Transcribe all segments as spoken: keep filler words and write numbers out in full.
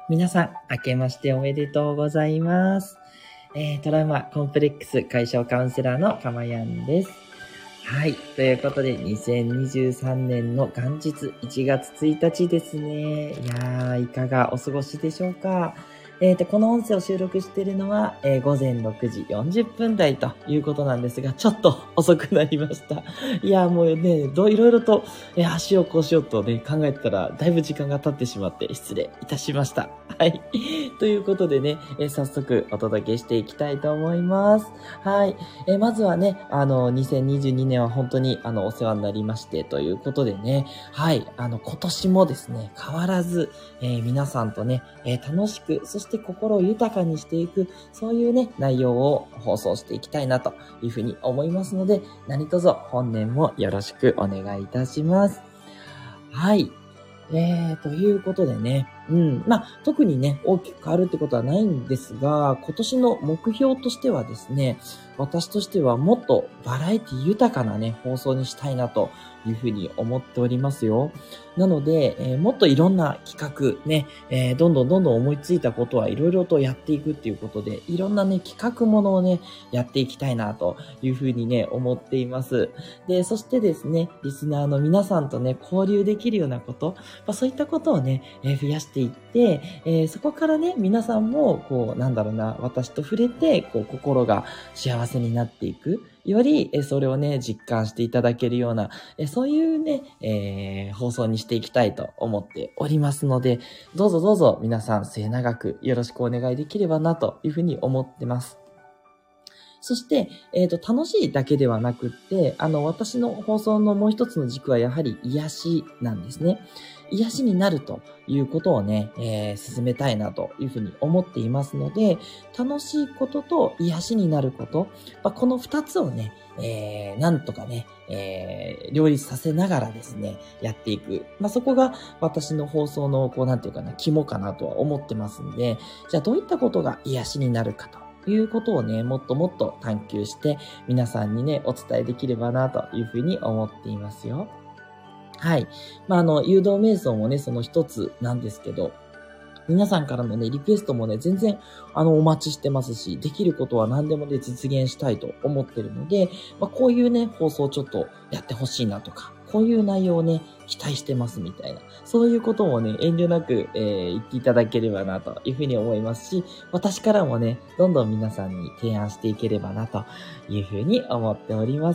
皆さん、明けましておめでとうございます。えー、トラウマコンプレックス解消カウンセラーのかまやんです。はい。ということで、にせんにじゅうさんねんの元日いちがつついたちですね。いやー、いかがお過ごしでしょうか。えーと、この音声を収録しているのは、えー、ごぜんろくじよんじゅっぷん台ということなんですが、ちょっと遅くなりました。いやーもうね、どいろいろと、えー、足をこうしようとね、考えてたら、だいぶ時間が経ってしまって失礼いたしました。はい。ということでね、えー、早速お届けしていきたいと思います。はい。えー、まずはね、あの、にせんにじゅうにねんは本当に、あの、お世話になりまして、ということでね、はい。あの、今年もですね、変わらず、えー、皆さんとね、えー、楽しく、そして心を豊かにしていく、そういうね、内容を放送していきたいなというふうに思いますので、何卒本年もよろしくお願いいたします。はい。えー、ということでね、うん、まあ、特にね、大きく変わるってことはないんですが、今年の目標としてはですね、私としてはもっとバラエティ豊かなね、放送にしたいなというふうに思っておりますよ。なので、えー、もっといろんな企画ね、えー、どんどんどんどん思いついたことはいろいろとやっていくっていうことで、いろんなね、企画ものをね、やっていきたいなというふうにね、思っています。で、そしてですね、リスナーの皆さんとね、交流できるようなこと、まあ、そういったことをね、えー、増やしていって、えー、そこからね、皆さんも、こう、なんだろうな、私と触れて、こう、心が幸せになっていく。より、えー、それをね、実感していただけるような、えー、そういうね、えー、放送にしていきたいと思っておりますので、どうぞどうぞ皆さん末永くよろしくお願いできればな、というふうに思ってます。そして、えっと、楽しいだけではなくって、あの、私の放送のもう一つの軸はやはり癒しなんですね。癒しになるということをね、えー、進めたいなというふうに思っていますので、楽しいことと癒しになること、まあ、この二つをね、えー、なんとかね、えー、両立させながらですね、やっていく。まあ、そこが私の放送の、こう、なんていうかな、肝かなとは思ってますんで、じゃあどういったことが癒しになるかと。いうことをね、もっともっと探求して皆さんにね、お伝えできればなというふうに思っていますよ。はい。まあ、あの、誘導瞑想もね、その一つなんですけど、皆さんからのね、リクエストもね、全然、あの、お待ちしてますし、できることは何でもね、実現したいと思ってるので、まあ、こういうね、放送ちょっとやってほしいなとか、こういう内容をね、期待してますみたいな、そういうこともね、遠慮なく、えー、言っていただければなというふうに思いますし、私からもね、どんどん皆さんに提案していければなというふうに思っております。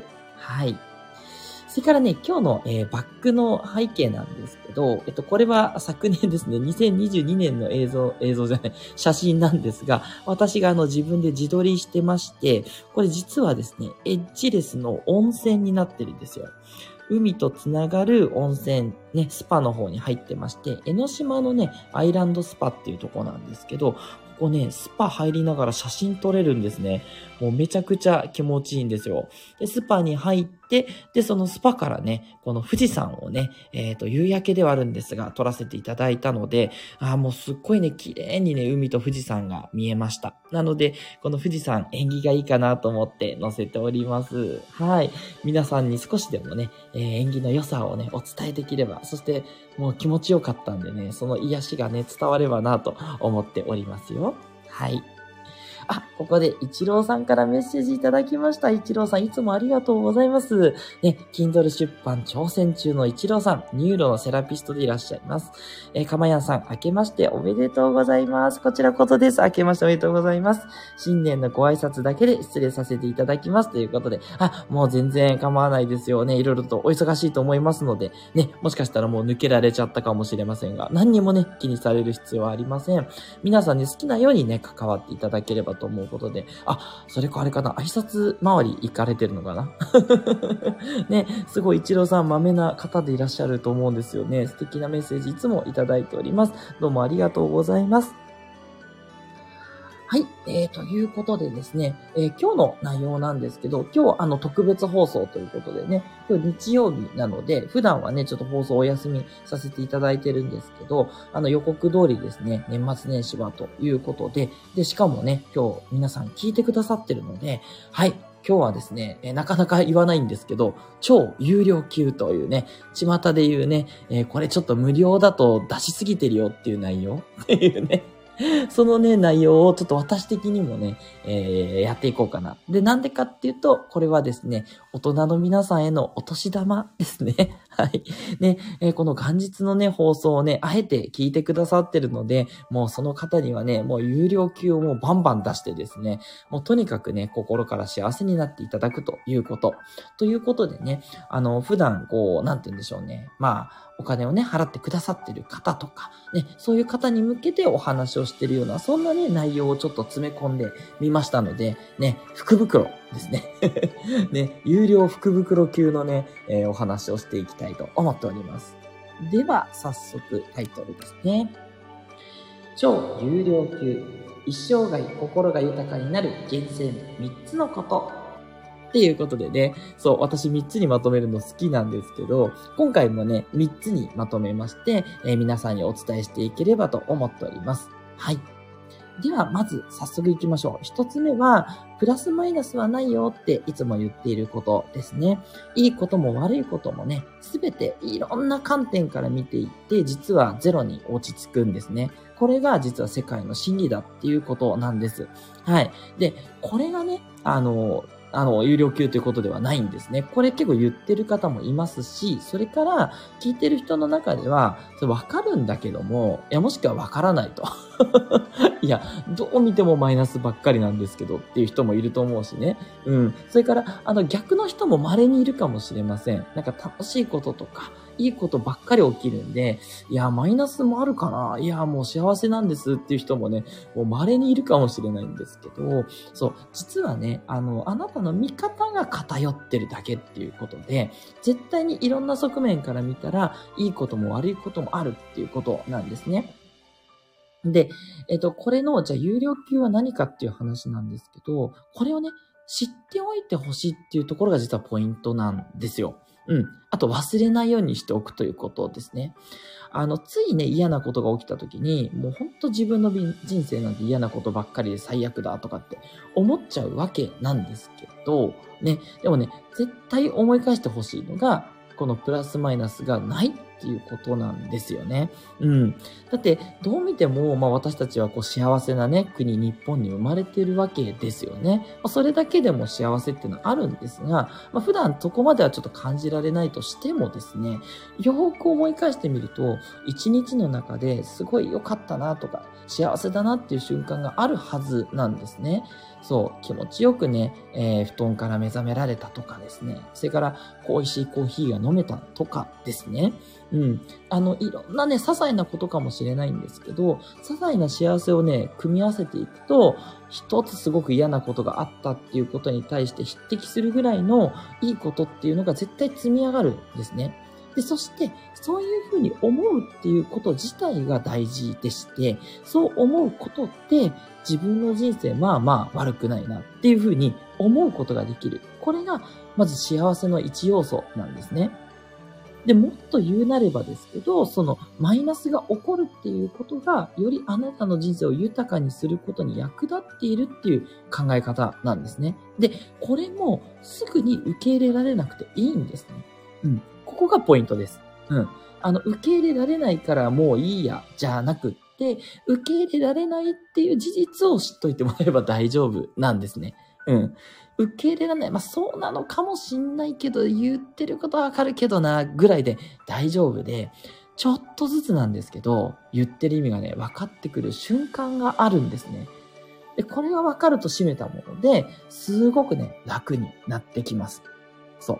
はい。それからね、今日の、えー、バックの背景なんですけど、えっと、これは昨年ですね、にせんにじゅうにねんの映像、映像じゃない、写真なんですが、私があの自分で自撮りしてまして、これ実はですね、エッジレスの温泉になってるんですよ。海とつながる温泉、ね、スパの方に入ってまして、江ノ島のね、アイランドスパっていうとこなんですけど、ここね、スパ入りながら写真撮れるんですね。もうめちゃくちゃ気持ちいいんですよ。で、スパに入って、で、そのスパからね、この富士山をね、えっと、夕焼けではあるんですが、撮らせていただいたので、ああ、もうすっごいね、綺麗にね、海と富士山が見えました。なので、この富士山、縁起がいいかなと思って載せております。はい。皆さんに少しでもね、えー、縁起の良さをね、お伝えできれば、そしてもう気持ちよかったんでね、その癒しがね、伝わればなと思っておりますよ。はい。あ、ここで一郎さんからメッセージいただきました。一郎さん、いつもありがとうございます。ね、Kindle 出版挑戦中の一郎さん、ニューロのセラピストでいらっしゃいます。えー、かまやんさん、明けましておめでとうございます。こちらこそです。明けましておめでとうございます。新年のご挨拶だけで失礼させていただきます。ということで、あ、もう全然構わないですよね。いろいろとお忙しいと思いますので、ね、もしかしたらもう抜けられちゃったかもしれませんが、何にもね、気にされる必要はありません。皆さんに好きなようにね、関わっていただければと思うことで、あ、それかあれかな、挨拶回り行かれてるのかなね、すごい一郎さん、豆な方でいらっしゃると思うんですよね。素敵なメッセージいつもいただいております。どうもありがとうございます。はい、えー、ということでですね、えー、今日の内容なんですけど、今日あの特別放送ということでね、今日日曜日なので、普段はね、ちょっと放送お休みさせていただいてるんですけど、あの予告通りですね、年末年始はということで、で、しかもね、今日皆さん聞いてくださってるので、はい、 今日はですね、えー、なかなか言わないんですけど、超有料級というね、巷で言うね、えー、これちょっと無料だと出しすぎてるよっていう内容っていうね。そのね、内容をちょっと私的にもね、えー、やっていこうかな。で、なんでかっていうと、これはですね、大人の皆さんへのお年玉ですね。はい。ね、えー、この元日のね、放送をね、あえて聞いてくださってるので、もうその方にはね、もう有料級をもうバンバン出してですね、もうとにかくね、心から幸せになっていただくということ。ということでね、あの、普段こう、なんて言うんでしょうね。まあ、お金をね、払ってくださってる方とか、ね、そういう方に向けてお話をしてるような、そんなね、内容をちょっと詰め込んでみましたので、ね、福袋ですね。ね、有料福袋級のね、えー、お話をしていきたいと思っております。では、早速タイトルですね。超有料級、一生涯心が豊かになる厳選みっつのこと。っていうことでね、そう、私みっつにまとめるの好きなんですけど、今回もね、みっつにまとめまして、えー、皆さんにお伝えしていければと思っております。はい。では、まず早速行きましょう。一つ目は、プラスマイナスはないよっていつも言っていることですね。いいことも悪いこともね、すべていろんな観点から見ていって、実はゼロに落ち着くんですね。これが実は世界の真理だっていうことなんです。はい。で、これがね、あの、あの、有料級ということではないんですね。これ結構言ってる方もいますし、それから聞いてる人の中では、それ分かるんだけども、いや、もしくは分からないと。いや、どう見てもマイナスばっかりなんですけどっていう人もいると思うしね。うん。それから、あの、逆の人も稀にいるかもしれません。なんか楽しいこととか、いいことばっかり起きるんで、いや、マイナスもあるかな。いや、もう幸せなんですっていう人もね、もう稀にいるかもしれないんですけど、そう、実はね、あの、あなたの見方が偏ってるだけっていうことで、絶対にいろんな側面から見たら、いいことも悪いこともあるっていうことなんですね。で、えっと、これの、じゃあ有料級は何かっていう話なんですけど、これをね、知っておいてほしいっていうところが実はポイントなんですよ。うん。あと忘れないようにしておくということですね。あの、ついね、嫌なことが起きた時に、もうほんと自分の人生なんて嫌なことばっかりで最悪だとかって思っちゃうわけなんですけど、ね、でもね、絶対思い返してほしいのが、このプラスマイナスがないっていうことなんですよね。うん。だって、どう見ても、まあ私たちはこう幸せなね、国、日本に生まれてるわけですよね。まあ、それだけでも幸せっていうのはあるんですが、まあ普段そこまではちょっと感じられないとしてもですね、よーく思い返してみると、一日の中ですごい良かったなとか、幸せだなっていう瞬間があるはずなんですね。そう、気持ちよくね、えー、布団から目覚められたとかですね。それから、美味しいコーヒーが飲めたとかですね。うん。あの、いろんなね、些細なことかもしれないんですけど、些細な幸せをね、組み合わせていくと、一つすごく嫌なことがあったっていうことに対して匹敵するぐらいのいいことっていうのが絶対積み上がるんですね。で、そして、そういうふうに思うっていうこと自体が大事でして、そう思うことって自分の人生まあまあ悪くないなっていうふうに思うことができる。これがまず幸せの一要素なんですね。で、もっと言うなればですけど、そのマイナスが起こるっていうことが、よりあなたの人生を豊かにすることに役立っているっていう考え方なんですね。で、これもすぐに受け入れられなくていいんですね。うん。ここがポイントです。うん。あの、受け入れられないからもういいや、じゃなくって、受け入れられないっていう事実を知っといてもらえば大丈夫なんですね。うん。受け入れられない。まあ、そうなのかもしんないけど、言ってることはわかるけどな、ぐらいで大丈夫で、ちょっとずつなんですけど、言ってる意味がね、分かってくる瞬間があるんですね。で、これが分かると締めたもので、すごくね、楽になってきます。そう。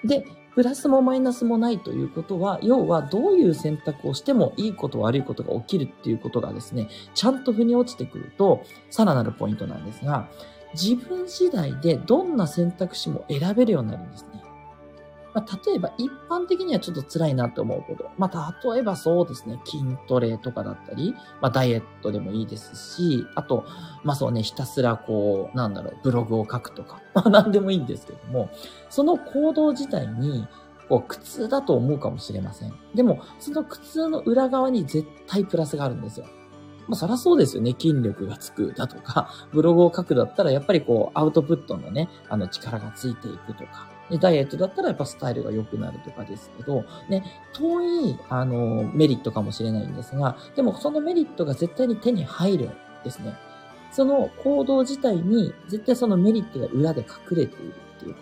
で、プラスもマイナスもないということは、要はどういう選択をしてもいいこと悪いことが起きるっていうことがですね、ちゃんと腑に落ちてくると、さらなるポイントなんですが、自分次第でどんな選択肢も選べるようになるんですね。まあ、例えば一般的にはちょっと辛いなと思うこと。まあ、例えばそうですね、筋トレとかだったり、まあ、ダイエットでもいいですし、あと、まあそうね、ひたすらこう、なんだろう、ブログを書くとか、まあなんでもいいんですけども、その行動自体に、こう、苦痛だと思うかもしれません。でも、その苦痛の裏側に絶対プラスがあるんですよ。 まあそりゃそうですよね。筋力がつくだとか、ブログを書くだったらやっぱりこうアウトプットのね、あの力がついていくとか、でダイエットだったらやっぱスタイルが良くなるとかですけど、ね、遠い、あの、メリットかもしれないんですが、でもそのメリットが絶対に手に入るんですね。その行動自体に絶対そのメリットが裏で隠れているっていうこと。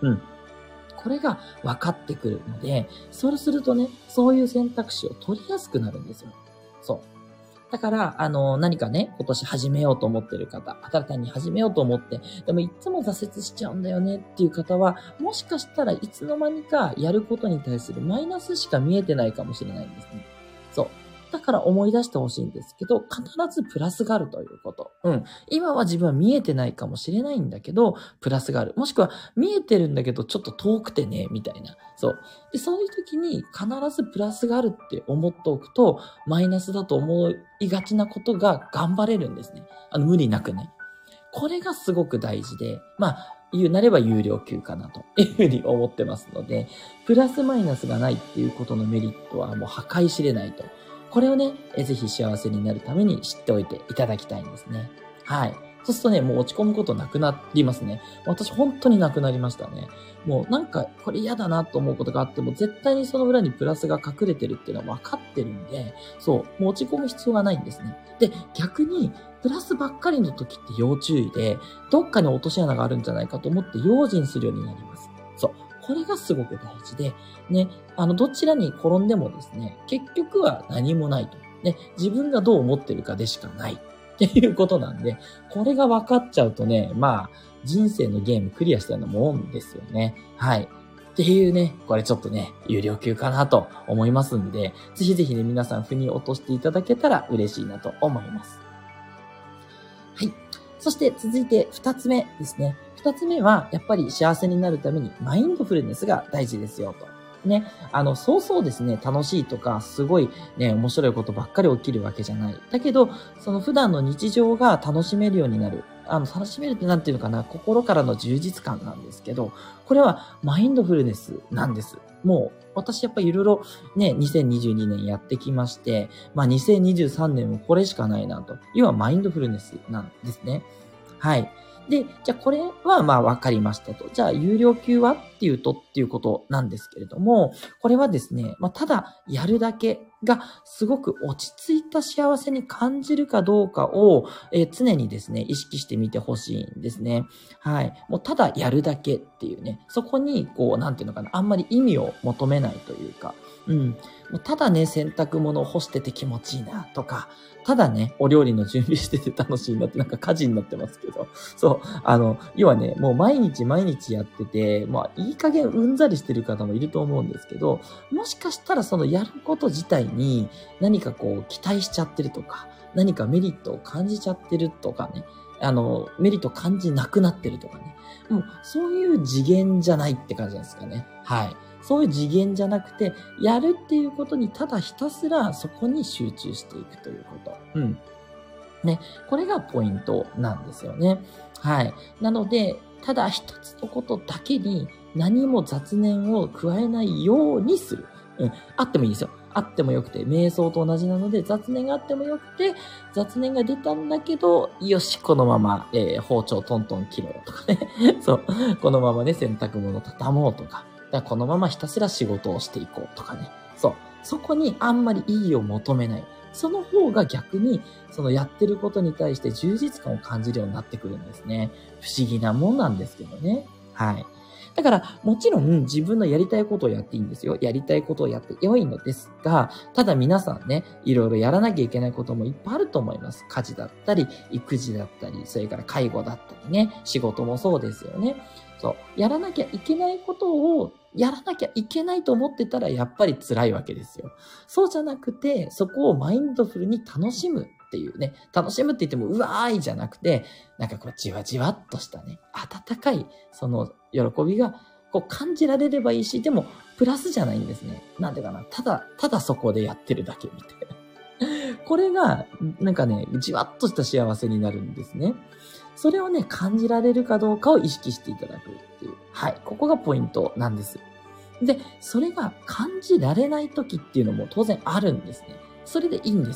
うん。これが分かってくるので、そうするとね、そういう選択肢を取りやすくなるんですよ。そう。だから、あの、何かね、今年始めようと思ってる方、新たに始めようと思って、でもいつも挫折しちゃうんだよねっていう方は、もしかしたらいつの間にかやることに対するマイナスしか見えてないかもしれないんですね。そう。だから思い出してほしいんですけど、必ずプラスがあるということ。うん。今は自分は見えてないかもしれないんだけど、プラスがある。もしくは見えてるんだけど、ちょっと遠くてね、みたいな。そう。で、そういう時に必ずプラスがあるって思っておくと、マイナスだと思いがちなことが頑張れるんですね。あの、無理なくね。これがすごく大事で、まあ、言うなれば有料級かなというふうに思ってますので、プラスマイナスがないっていうことのメリットはもう計り知れないと。これをね、えぜひ幸せになるために知っておいていただきたいんですね。はい。そうするとね、もう落ち込むことなくなりますね。私本当になくなりましたね。もうなんかこれ嫌だなと思うことがあっても、絶対にその裏にプラスが隠れてるっていうのは分かってるんで、そう、もう落ち込む必要がないんですね。で、逆に、プラスばっかりの時って要注意で、どっかに落とし穴があるんじゃないかと思って用心するようになります。そう。これがすごく大事で、ね、あの、どちらに転んでもですね、結局は何もないと。ね、自分がどう思ってるかでしかないっていうことなんで、これが分かっちゃうとね、まあ、人生のゲームクリアしたようなもんですよね。はい。っていうね、これちょっとね、有料級かなと思いますんで、ぜひぜひね、皆さん腑に落としていただけたら嬉しいなと思います。はい。そして続いて二つ目ですね。二つ目は、やっぱり幸せになるためにマインドフルネスが大事ですよと。ね。あの、そうそうですね、楽しいとか、すごいね、面白いことばっかり起きるわけじゃない。だけど、その普段の日常が楽しめるようになる。あの、楽しめるってなんていうのかな、心からの充実感なんですけど、これはマインドフルネスなんです。もう、私やっぱりいろいろね、にせんにじゅうにねんやってきまして、まあにせんにじゅうさんねんもこれしかないなと。要はマインドフルネスなんですね。はい。で、じゃあこれはまあ分かりましたと。じゃあ有料級はっていうとっていうことなんですけれども、これはですね、まあただやるだけがすごく落ち着いた幸せに感じるかどうかを、えー常にですね、意識してみてほしいんですね。はい。もうただやるだけっていうね、そこにこう、なんていうのかな、あんまり意味を求めないというか、うん。もうただね、洗濯物を干してて気持ちいいなとか、ただね、お料理の準備してて楽しいなってなんか家事になってますけど、そう、あの、要はね、もう毎日毎日やってて、まあいい加減うんざりしてる方もいると思うんですけど、もしかしたらそのやること自体に何かこう期待しちゃってるとか、何かメリットを感じちゃってるとかね、あの、メリットを感じなくなってるとかね、もうそういう次元じゃないって感じなんですかね。はい。そういう次元じゃなくて、やるっていうことにただひたすらそこに集中していくということ。うん。ね。これがポイントなんですよね。はい。なので、ただ一つのことだけに何も雑念を加えないようにする。うん。あってもいいですよ。あってもよくて、瞑想と同じなので雑念があってもよくて、雑念が出たんだけど、よし、このまま、えー包丁トントン切ろうとかね。そう。このままね、洗濯物畳もうとか。だからこのままひたすら仕事をしていこうとかね。そう。そこにあんまり意義を求めない。その方が逆に、そのやってることに対して充実感を感じるようになってくるんですね。不思議なもんなんですけどね。はい。だから、もちろん自分のやりたいことをやっていいんですよ。やりたいことをやって良いのですが、ただ皆さんね、いろいろやらなきゃいけないこともいっぱいあると思います。家事だったり、育児だったり、それから介護だったりね、仕事もそうですよね。そう。やらなきゃいけないことを、やらなきゃいけないと思ってたらやっぱり辛いわけですよ。そうじゃなくて、そこをマインドフルに楽しむっていうね。楽しむって言っても、うわーいじゃなくて、なんかこう、じわじわっとしたね、温かい、その喜びが、こう感じられればいいし、でも、プラスじゃないんですね。なんでかな。ただ、ただそこでやってるだけみたいな。これが、なんかね、じわっとした幸せになるんですね。それをね、感じられるかどうかを意識していただくっていう。はい。ここがポイントなんです。で、それが感じられない時っていうのも当然あるんですね。それでいいんです。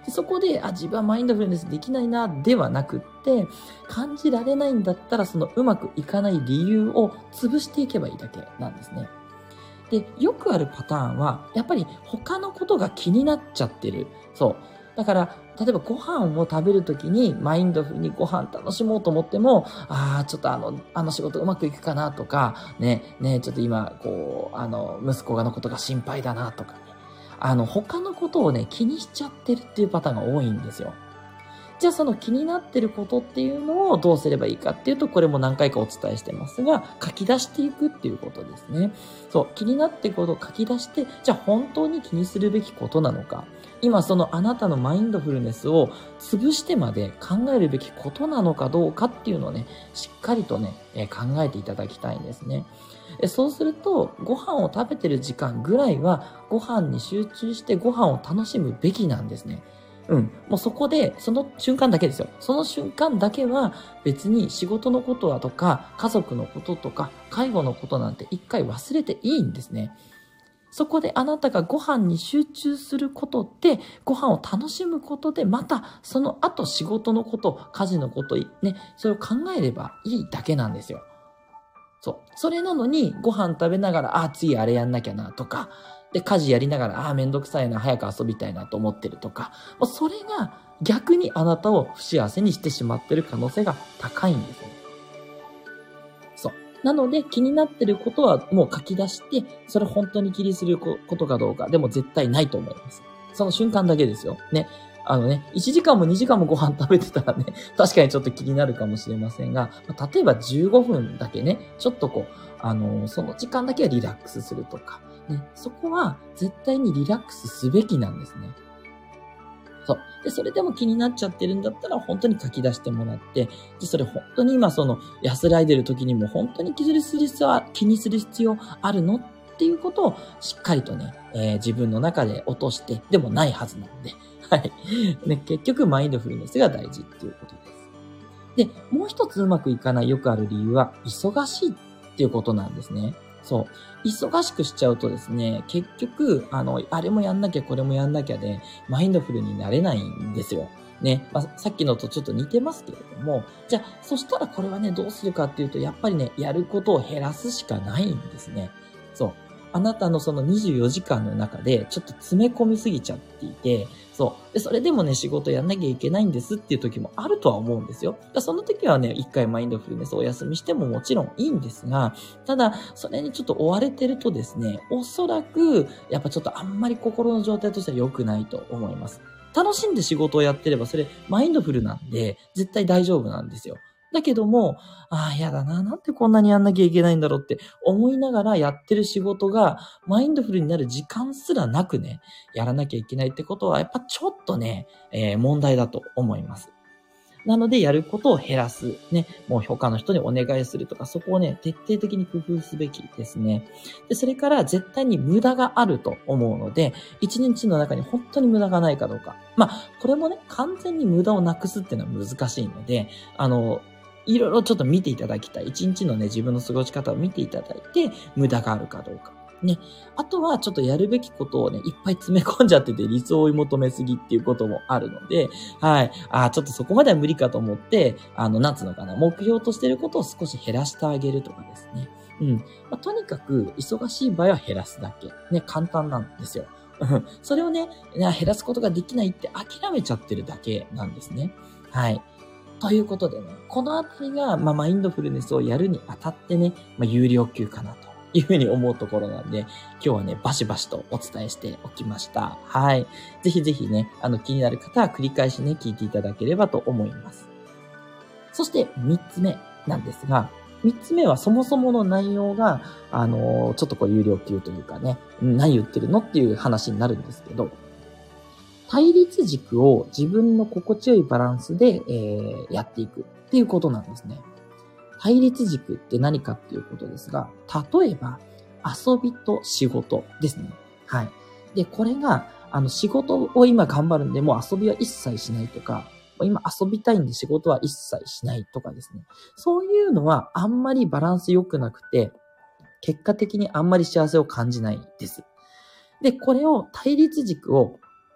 でそこで、あ、自分はマインドフルネスできないな、ではなくって、感じられないんだったら、そのうまくいかない理由を潰していけばいいだけなんですね。で、よくあるパターンは、やっぱり他のことが気になっちゃってる。そう。だから、例えばご飯を食べるときにマインドフルにご飯楽しもうと思っても、ああ、ちょっとあの、あの仕事うまくいくかなとか、ね、ね、ちょっと今、こう、あの、息子がのことが心配だなとかね。あの、他のことをね、気にしちゃってるっていうパターンが多いんですよ。じゃあその気になってることっていうのをどうすればいいかっていうと、これも何回かお伝えしてますが、書き出していくっていうことですね。そう、気になってることを書き出して、じゃあ本当に気にするべきことなのか。今そのあなたのマインドフルネスを潰してまで考えるべきことなのかどうかっていうのをね、しっかりとね、えー考えていただきたいんですね。えそうすると、ご飯を食べてる時間ぐらいは、ご飯に集中してご飯を楽しむべきなんですね。うん。もうそこで、その瞬間だけですよ。その瞬間だけは別に仕事のことだとか、家族のこととか、介護のことなんて一回忘れていいんですね。そこであなたがご飯に集中することで、ご飯を楽しむことで、またその後仕事のこと、家事のこと、ね、それを考えればいいだけなんですよ。そう。それなのに、ご飯食べながら、あ、次あれやんなきゃな、とか、で、家事やりながら、あ、めんどくさいな、早く遊びたいなと思ってるとか、もうそれが逆にあなたを不幸せにしてしまってる可能性が高いんですね。そう。なので、気になってることはもう書き出して、それ本当に気にすることかどうか、でも絶対ないと思います。その瞬間だけですよ。ね。あのね、いちじかんもにじかんもご飯食べてたらね、確かにちょっと気になるかもしれませんが、例えばじゅうごふんだけね、ちょっとこう、あの、その時間だけはリラックスするとか、ね、そこは絶対にリラックスすべきなんですね。そう。で、それでも気になっちゃってるんだったら、本当に書き出してもらって、で、それ本当に今その安らいでる時にも本当に気にする必要は、気にする必要あるのっていうことをしっかりとね、えー自分の中で落として、でもないはずなので、はい。ね、結局マインドフルネスが大事っていうことです。で、もう一つうまくいかないよくある理由は、忙しいっていうことなんですね。そう。忙しくしちゃうとですね、結局、あの、あれもやんなきゃこれもやんなきゃで、マインドフルになれないんですよ。ね。まあ、さっきのとちょっと似てますけれども、じゃあ、そしたらこれはね、どうするかっていうと、やっぱりね、やることを減らすしかないんですね。そう。あなたのそのにじゅうよじかんの中で、ちょっと詰め込みすぎちゃっていて、そう。で、それでもね、仕事やんなきゃいけないんですっていう時もあるとは思うんですよ。だその時はね、一回マインドフルネスをお休みしてももちろんいいんですが、ただ、それにちょっと追われてるとですね、おそらく、やっぱちょっとあんまり心の状態としては良くないと思います。楽しんで仕事をやってれば、それマインドフルなんで、絶対大丈夫なんですよ。だけども、ああ、やだな、なんでこんなにやんなきゃいけないんだろうって思いながらやってる仕事が、マインドフルになる時間すらなくね、やらなきゃいけないってことは、やっぱちょっとね、えー問題だと思います。なので、やることを減らす。ね。もう他の人にお願いするとか、そこをね、徹底的に工夫すべきですね。で、それから絶対に無駄があると思うので、一日の中に本当に無駄がないかどうか。まあ、これもね、完全に無駄をなくすっていうのは難しいので、あの、いろいろちょっと見ていただきたい。一日のね、自分の過ごし方を見ていただいて、無駄があるかどうか。ね。あとは、ちょっとやるべきことをね、いっぱい詰め込んじゃってて、理想を追い求めすぎっていうこともあるので、はい。あ、ちょっとそこまでは無理かと思って、あの、なんつうのかな、目標としてることを少し減らしてあげるとかですね。うん。まあ、とにかく、忙しい場合は減らすだけ。ね、簡単なんですよ。うんそれをね、減らすことができないって諦めちゃってるだけなんですね。はい。ということでね、このあたりが、まあ、マインドフルネスをやるにあたってね、まあ、有料級かなというふうに思うところなんで、今日はね、バシバシとお伝えしておきました。はい。ぜひぜひね、あの、気になる方は繰り返しね、聞いていただければと思います。そして、三つ目なんですが、三つ目はそもそもの内容が、あのーちょっとこう有料級というかね、うん何言ってるのっていう話になるんですけど、対立軸を自分の心地よいバランスで、えーやっていくっていうことなんですね。対立軸って何かっていうことですが、例えば遊びと仕事ですね。はい。で、これが、あの、仕事を今頑張るんで、もう遊びは一切しないとか、今遊びたいんで仕事は一切しないとかですね。そういうのはあんまりバランス良くなくて、結果的にあんまり幸せを感じないです。で、これを対立軸を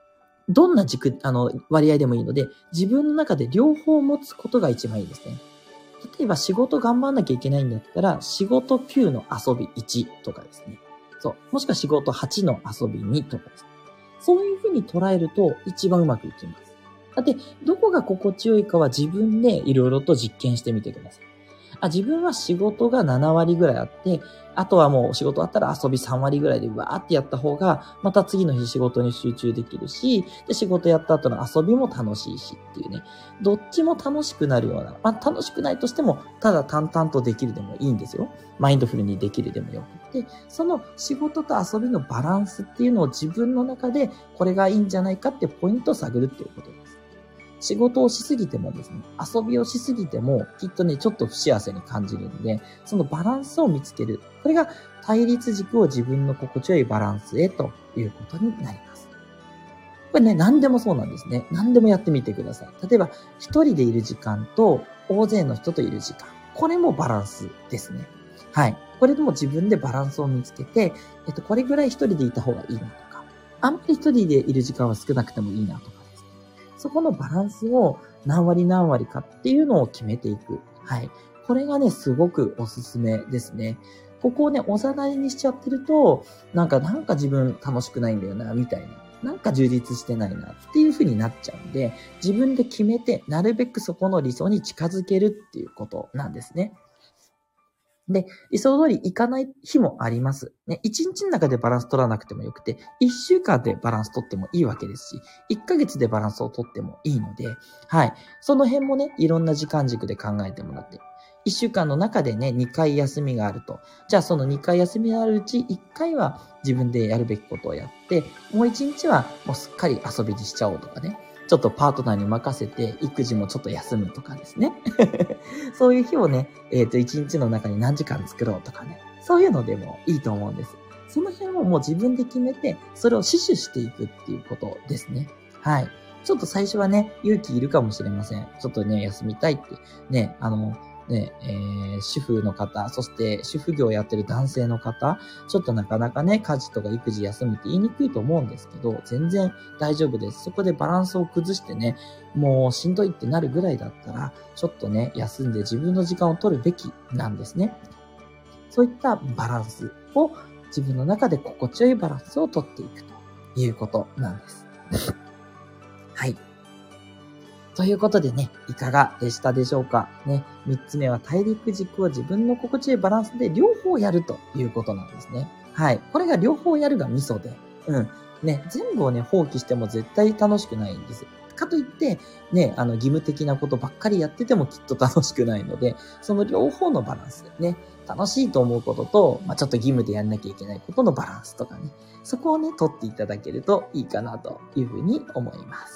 どんな軸、あの、割合でもいいので、自分の中で両方持つことが一番いいですね。例えば仕事頑張んなきゃいけないんだったら、仕事きゅうの遊びいちとかですね。そう。もしくは仕事はちの遊びにとかですね。そういうふうに捉えると一番うまくいきます。だって、どこが心地よいかは自分でいろいろと実験してみてください。あ、自分は仕事がななわりぐらいあって、あとはもう仕事あったら遊びさんわりぐらいでわーってやった方が、また次の日仕事に集中できるし、で、仕事やった後の遊びも楽しいしっていうね。どっちも楽しくなるような。まあ、楽しくないとしても、ただ淡々とできるでもいいんですよ。マインドフルにできるでもよくて、その仕事と遊びのバランスっていうのを自分の中で、これがいいんじゃないかってポイントを探るっていうことです。仕事をしすぎてもですね、遊びをしすぎても、きっとね、ちょっと不幸せに感じるので、そのバランスを見つける。これが対立軸を自分の心地よいバランスへということになります。これね、何でもそうなんですね。何でもやってみてください。例えば、一人でいる時間と、大勢の人といる時間。これもバランスですね。はい。これでも自分でバランスを見つけて、えっと、これぐらい一人でいた方がいいなとか、あんまり一人でいる時間は少なくてもいいなとか。そこのバランスを何割何割かっていうのを決めていく。はい。これがね、すごくおすすめですね。ここをね、おざなりにしちゃってると、なんか、なんか自分楽しくないんだよな、みたいな。なんか充実してないな、っていう風になっちゃうんで、自分で決めて、なるべくそこの理想に近づけるっていうことなんですね。で、理想通りいかない日もあります。ね、一日の中でバランス取らなくてもよくて、一週間でバランス取ってもいいわけですし、一ヶ月でバランスを取ってもいいので、はい。その辺もね、いろんな時間軸で考えてもらって、一週間の中でね、二回休みがあると。じゃあその二回休みがあるうち、一回は自分でやるべきことをやって、もう一日はもうすっかり遊びにしちゃおうとかね。ちょっとパートナーに任せて、育児もちょっと休むとかですね。そういう日をね、えっと、一日の中に何時間作ろうとかね。そういうのでもいいと思うんです。その辺をもう自分で決めて、それを死守していくっていうことですね。はい。ちょっと最初はね、勇気いるかもしれません。ちょっとね、休みたいって。ね、あの、ね、えー、主婦の方、そして主婦業をやってる男性の方、ちょっとなかなかね、家事とか育児休むって言いにくいと思うんですけど、全然大丈夫です。そこでバランスを崩してね、もうしんどいってなるぐらいだったら、ちょっとね、休んで自分の時間を取るべきなんですね。そういったバランスを自分の中で心地よいバランスを取っていくということなんです。はい。ということでね、いかがでしたでしょうかね。三つ目は大陸軸を自分の心地よいバランスで両方やるということなんですね。はい。これが両方やるがミソで、うん。ね、全部をね、放棄しても絶対楽しくないんです。かといって、ね、あの、義務的なことばっかりやっててもきっと楽しくないので、その両方のバランスね、楽しいと思うことと、まあ、ちょっと義務でやんなきゃいけないことのバランスとかね、そこをね、取っていただけるといいかなというふうに思います。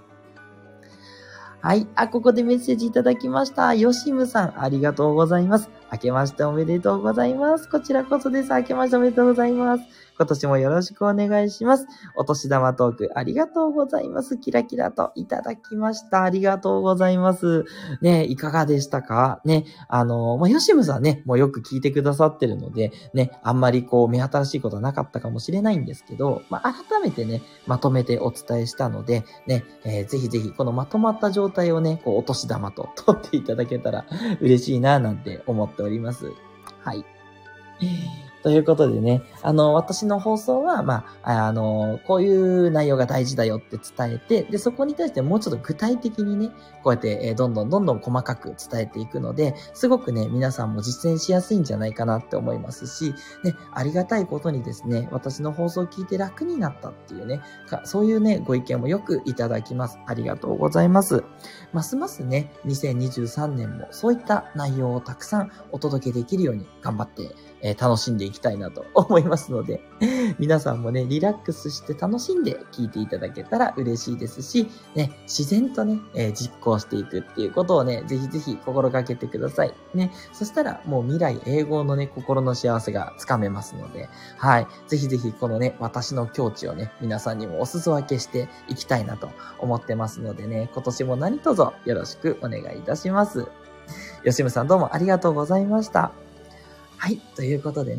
はい。あ、ここでメッセージいただきました。ヨシムさん、ありがとうございます。明けましておめでとうございます。こちらこそです。明けましておめでとうございます。今年もよろしくお願いします。お年玉トーク、ありがとうございます。キラキラといただきました。ありがとうございます。ね、いかがでしたかね、あの、まあ、ヨシムさんね、もうよく聞いてくださってるので、ね、あんまりこう、目新しいことはなかったかもしれないんですけど、まあ、改めてね、まとめてお伝えしたので、ね、えー、ぜひぜひ、このまとまった状態をね、こう、お年玉と取っていただけたら嬉しいな、なんて思っております。はい。ということでね、あの、私の放送は、まあ、あの、こういう内容が大事だよって伝えて、で、そこに対してもうちょっと具体的にね、こうやって、えー、どんどんどんどん細かく伝えていくので、すごくね、皆さんも実践しやすいんじゃないかなって思いますし、ね、ありがたいことにですね、私の放送を聞いて楽になったっていうね、かそういうね、ご意見もよくいただきます。ありがとうございます。ますますね、にせんにじゅうさんねんもそういった内容をたくさんお届けできるように頑張って、えー、楽しんでいきたいなと思いますので、皆さんもね、リラックスして楽しんで聞いていただけたら嬉しいですし、ね、自然とね、えー、実行していくっていうことをね、ぜひぜひ心がけてください。ね、そしたらもう未来永劫のね、心の幸せがつかめますので、はい、ぜひぜひこのね、私の境地をね、皆さんにもお裾分けしていきたいなと思ってますのでね、今年も何卒よろしくお願いいたします。吉村さんどうもありがとうございました。はい。ということでね、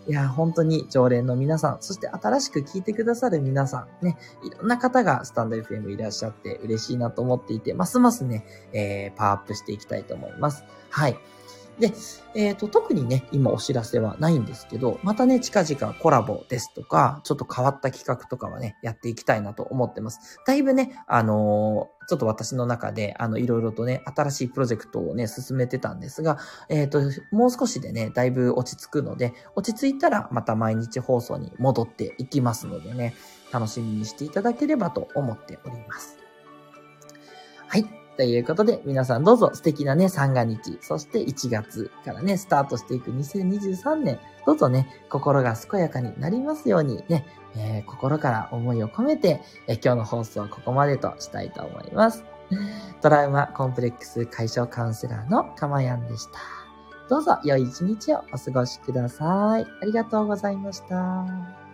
いや、本当に常連の皆さん、そして新しく聞いてくださる皆さん、ね、いろんな方がスタンド エフエム いらっしゃって嬉しいなと思っていて、ますますね、えー、パワーアップしていきたいと思います。はい。で、えっと、特にね、今お知らせはないんですけど、またね、近々コラボですとか、ちょっと変わった企画とかはね、やっていきたいなと思ってます。だいぶね、あのーちょっと私の中で、あの、いろいろとね、新しいプロジェクトをね、進めてたんですが、えっと、もう少しでね、だいぶ落ち着くので、落ち着いたらまた毎日放送に戻っていきますのでね、楽しみにしていただければと思っております。はい。ということで、皆さんどうぞ素敵なね、三が日、そしていちがつからね、スタートしていくにせんにじゅうさんねん、どうぞね、心が健やかになりますようにね、えー、心から思いを込めて、えー、今日の放送はここまでとしたいと思います。トラウマコンプレックス解消カウンセラーのかまやんでした。どうぞ良い一日をお過ごしください。ありがとうございました。